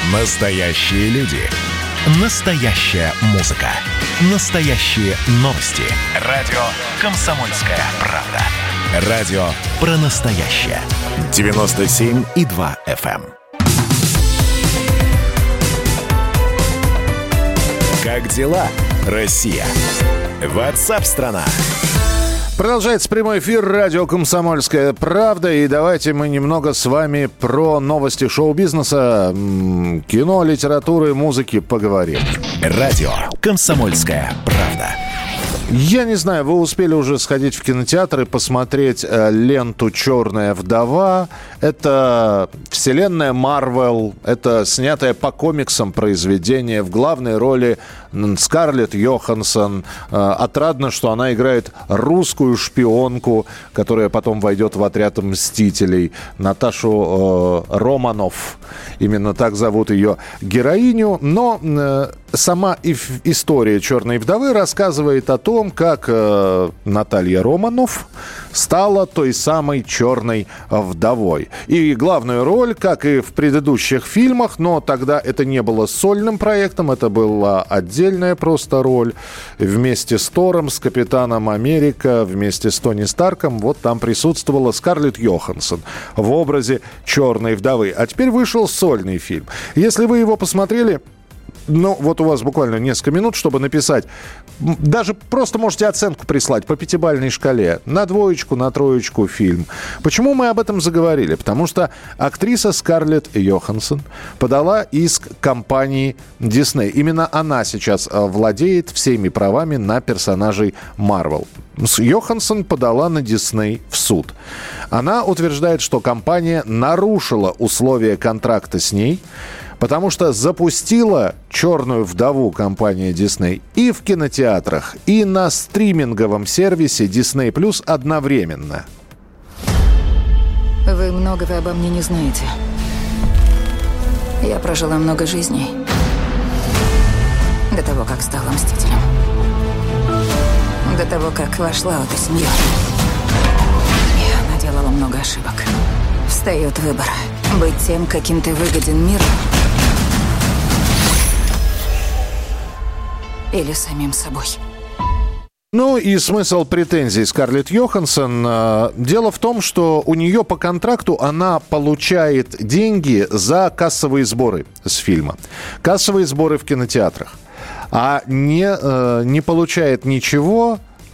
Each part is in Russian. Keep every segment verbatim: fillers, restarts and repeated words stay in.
Настоящие люди. Настоящая музыка. Настоящие новости. Радио «Комсомольская правда». Радио про настоящее. девяносто семь и два эф эм. Как дела, Россия? Ватсап-страна! Продолжается прямой эфир радио «Комсомольская правда». И давайте мы немного с вами про новости шоу-бизнеса, кино, литературы, музыки поговорим. Радио «Комсомольская правда». Я не знаю, вы успели уже сходить в кинотеатр и посмотреть э, ленту «Черная вдова». Это вселенная Марвел, это снятое по комиксам произведение. В главной роли Скарлетт Йоханссон. Э, отрадно, что она играет русскую шпионку, которая потом войдет в отряд «Мстителей». Наташу э, Романов. Именно так зовут ее героиню. Но э, сама иф- история «Черной вдовы» рассказывает о том, как э, Наталья Романов стала той самой черной вдовой. И главную роль, как и в предыдущих фильмах, но тогда это не было сольным проектом, это была отдельная просто роль. Вместе с Тором, с Капитаном Америка, вместе с Тони Старком, вот там присутствовала Скарлетт Йоханссон в образе черной вдовы. А теперь вышел сольный фильм. Если вы его посмотрели... Ну, вот у вас буквально несколько минут, чтобы написать. Даже просто можете оценку прислать по пятибалльной шкале. На двоечку, на троечку фильм. Почему мы об этом заговорили? Потому что актриса Скарлетт Йоханссон подала иск компании Disney. Именно она сейчас владеет всеми правами на персонажей Marvel. Йоханссон подала на Disney в суд. Она утверждает, что компания нарушила условия контракта с ней, потому что запустила «Черную вдову» компания Disney и в кинотеатрах, и на стриминговом сервисе Disney Plus одновременно. Вы многого обо мне не знаете. Я прожила много жизней до того, как стала Мстителем. До того, как вошла в эту семью. Я наделала много ошибок. Встает выбор: быть тем, каким ты выгоден миру, или самим собой. Ну и смысл претензий Скарлетт Йоханссон. Дело в том, что у нее по контракту она получает деньги за кассовые сборы с фильма. Кассовые сборы в кинотеатрах. А не, не получает ничего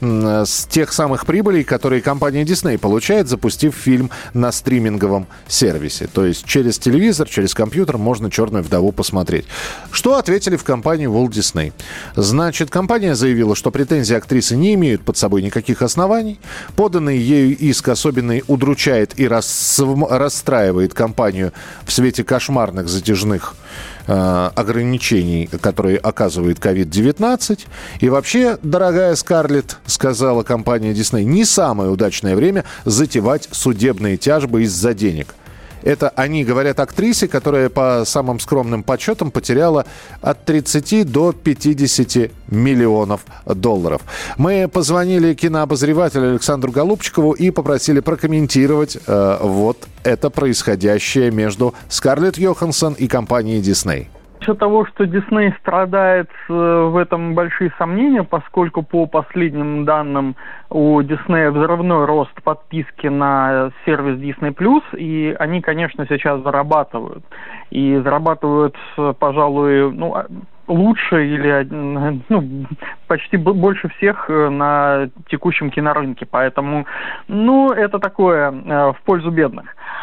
с тех самых прибылей, которые компания Disney получает, запустив фильм на стриминговом сервисе. То есть через телевизор, через компьютер можно «Черную вдову» посмотреть. Что ответили в компании Walt Disney? Значит, компания заявила, что претензии актрисы не имеют под собой никаких оснований. Поданный ею иск особенно удручает и рас... расстраивает компанию в свете кошмарных затяжных э, ограничений, которые оказывает ковид девятнадцать. И вообще, дорогая Скарлетт, сказала компания Disney, не самое удачное время затевать судебные тяжбы из-за денег. Это они говорят актрисе, которая по самым скромным подсчетам потеряла от тридцати до пятидесяти миллионов долларов. Мы позвонили кинообозревателю Александру Голубчикову и попросили прокомментировать э, вот это происходящее между Скарлетт Йоханссон и компанией Disney. Насчет того, что Disney страдает, в этом большие сомнения, поскольку по последним данным у Disney взрывной рост подписки на сервис Disney+, и они, конечно, сейчас зарабатывают. И зарабатывают, пожалуй, ну, лучше или ну, почти больше всех на текущем кинорынке. Поэтому, ну, это такое в пользу бедных.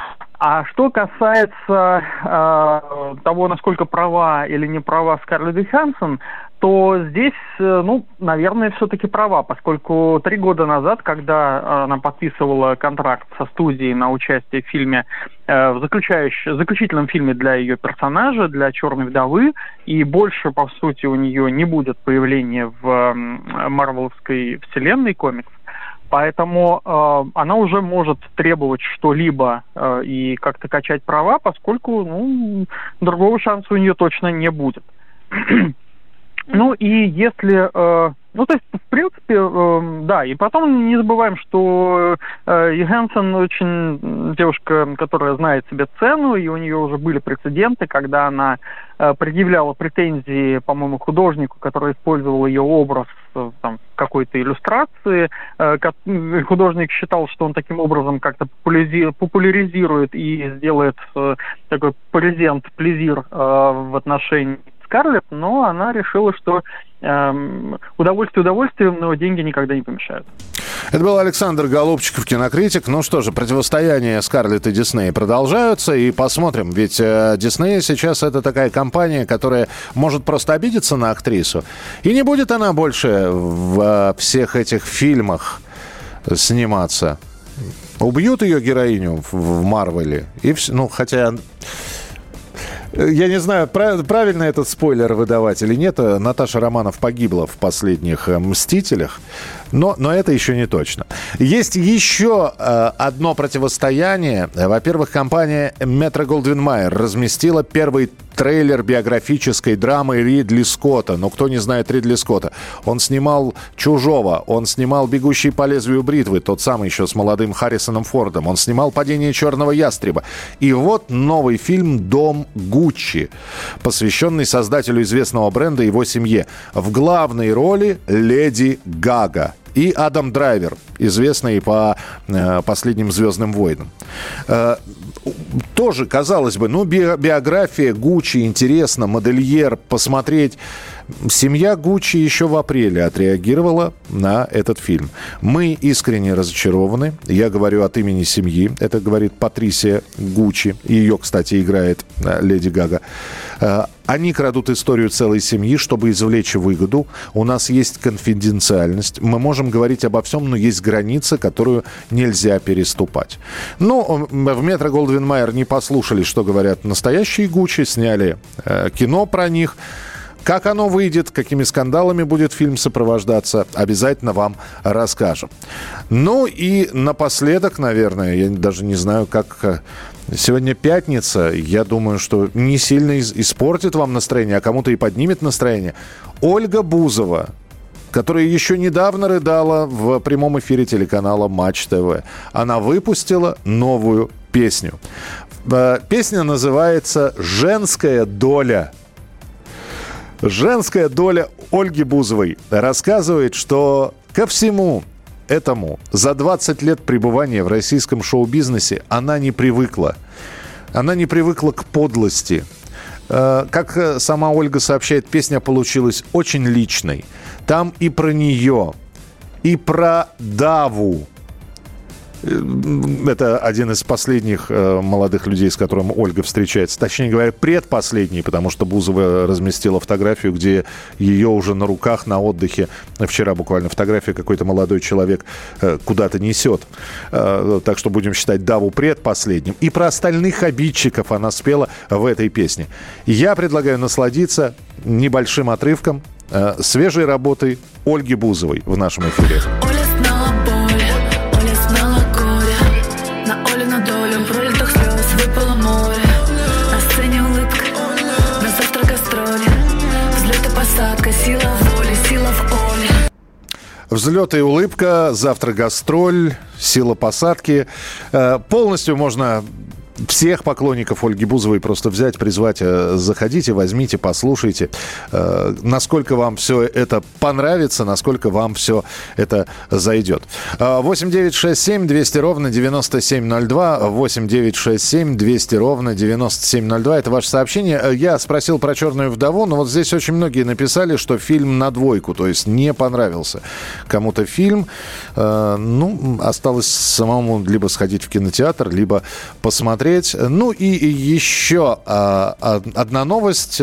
А что касается э, того, насколько права или не права Скарлетт Йоханссон, то здесь, э, ну, наверное, все-таки права, поскольку три года назад, когда она подписывала контракт со студией на участие в фильме, э, в заключающем, заключительном фильме для ее персонажа, для «Черной вдовы», и больше, по сути, у нее не будет появления в э, марвеловской вселенной комиксов, поэтому э, она уже может требовать что-либо э, и как-то качать права, поскольку ну, другого шанса у нее точно не будет. Ну и если э, Ну, то есть, в принципе, э, да. И потом не забываем, что э, Йоханссон очень девушка, которая знает себе цену, и у нее уже были прецеденты, когда она э, предъявляла претензии, по-моему, художнику, который использовал ее образ э, там, в какой-то иллюстрации. Э, как, художник считал, что он таким образом как-то популяризирует и сделает э, такой презент, плезир э, в отношении Скарлетт, но она решила, что э, удовольствие удовольствием, но деньги никогда не помешают. Это был Александр Голубчиков, кинокритик. Ну что же, противостояние Скарлетт и Диснея продолжаются, и посмотрим. Ведь э, Дисней сейчас это такая компания, которая может просто обидеться на актрису, и не будет она больше в э, всех этих фильмах сниматься. Убьют ее героиню в, в Марвеле, и вс... ну хотя... Я не знаю, правильно этот спойлер выдавать или нет. Наташа Романов погибла в последних «Мстителях», но, но это еще не точно. Есть еще э, одно противостояние. Во-первых, компания Метро-Голдвин-Майер разместила первый трейлер биографической драмы Ридли Скотта. Но кто не знает Ридли Скотта? Он снимал «Чужого», он снимал «Бегущий по лезвию бритвы», тот самый еще с молодым Харрисоном Фордом. Он снимал «Падение черного ястреба». И вот новый фильм «Дом Гуччи», посвященный создателю известного бренда и его семье. В главной роли Леди Гага и Адам Драйвер, известный по э, последним «Звездным войнам». Э, тоже, казалось бы, ну, би- биография Гуччи интересна, модельер, посмотреть. Семья Гуччи еще в апреле отреагировала на этот фильм. Мы искренне разочарованы. Я говорю от имени семьи. Это говорит Патрисия Гуччи. Ее, кстати, играет Леди Гага. Они крадут историю целой семьи, чтобы извлечь выгоду. У нас есть конфиденциальность. Мы можем говорить обо всем, но есть граница, которую нельзя переступать. Ну, в Метро-Голдвин-Майер не послушали, что говорят настоящие Гуччи. Сняли э, кино про них. Как оно выйдет, какими скандалами будет фильм сопровождаться, обязательно вам расскажем. Ну и напоследок, наверное, я даже не знаю, как... Сегодня пятница, я думаю, что не сильно испортит вам настроение, а кому-то и поднимет настроение. Ольга Бузова, которая еще недавно рыдала в прямом эфире телеканала Матч ТВ. Она выпустила новую песню. Песня называется «Женская доля». Женская доля Ольги Бузовой рассказывает, что ко всему этому за двадцать лет пребывания в российском шоу-бизнесе она не привыкла. Она не привыкла к подлости. Как сама Ольга сообщает, песня получилась очень личной. Там и про нее, и про Даву. Это один из последних э, молодых людей, с которым Ольга встречается. Точнее говоря, предпоследний, потому что Бузова разместила фотографию, где ее уже на руках, на отдыхе. Вчера буквально фотография, какой-то молодой человек э, куда-то несет. Э, так что будем считать Даву предпоследним. И про остальных обидчиков она спела в этой песне. Я предлагаю насладиться небольшим отрывком э, свежей работы Ольги Бузовой в нашем эфире. Взлет и улыбка, завтра гастроль, сила посадки. Полностью можно всех поклонников Ольги Бузовой просто взять, призвать. Заходите, возьмите, послушайте. Насколько вам все это понравится, насколько вам все это зайдет. восемь девятьсот шестьдесят семь двести ровно девяносто семь ноль два. восемь девятьсот шестьдесят семь двести ровно девяносто семь ноль два. Это ваше сообщение. Я спросил про «Черную вдову», но вот здесь очень многие написали, что фильм на двойку, то есть не понравился кому-то фильм. Ну, осталось самому либо сходить в кинотеатр, либо посмотреть. Ну и еще одна новость,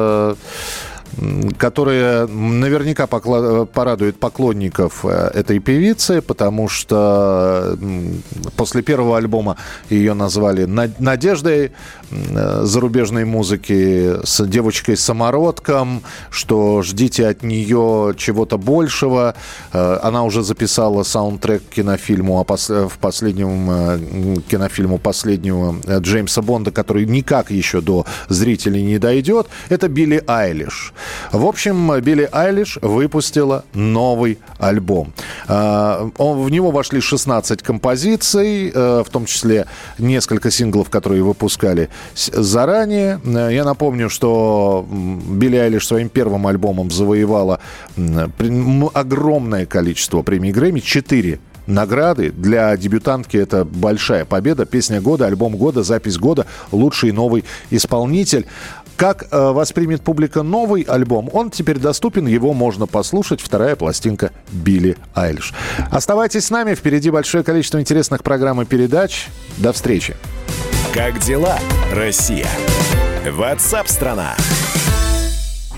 которая наверняка покла- порадует поклонников этой певицы, потому что после первого альбома ее назвали Надеждой зарубежной музыки с девочкой-самородком, что ждите от нее чего-то большего. Она уже записала саундтрек к кинофильму, в последнем кинофильму последнего Джеймса Бонда, который никак еще до зрителей не дойдет. Это Билли Айлиш. В общем, Билли Айлиш выпустила новый альбом. В него вошли шестнадцать композиций, в том числе несколько синглов, которые выпускали заранее. Я напомню, что Билли Айлиш своим первым альбомом завоевала огромное количество премий Грэмми, четыре награды. Для дебютантки это большая победа. Песня года, альбом года, запись года, лучший новый исполнитель. Как э, воспримет публика новый альбом, он теперь доступен, его можно послушать. Вторая пластинка Билли Айлиш. Оставайтесь с нами, впереди большое количество интересных программ и передач. До встречи. Как дела, Россия? WhatsApp-страна.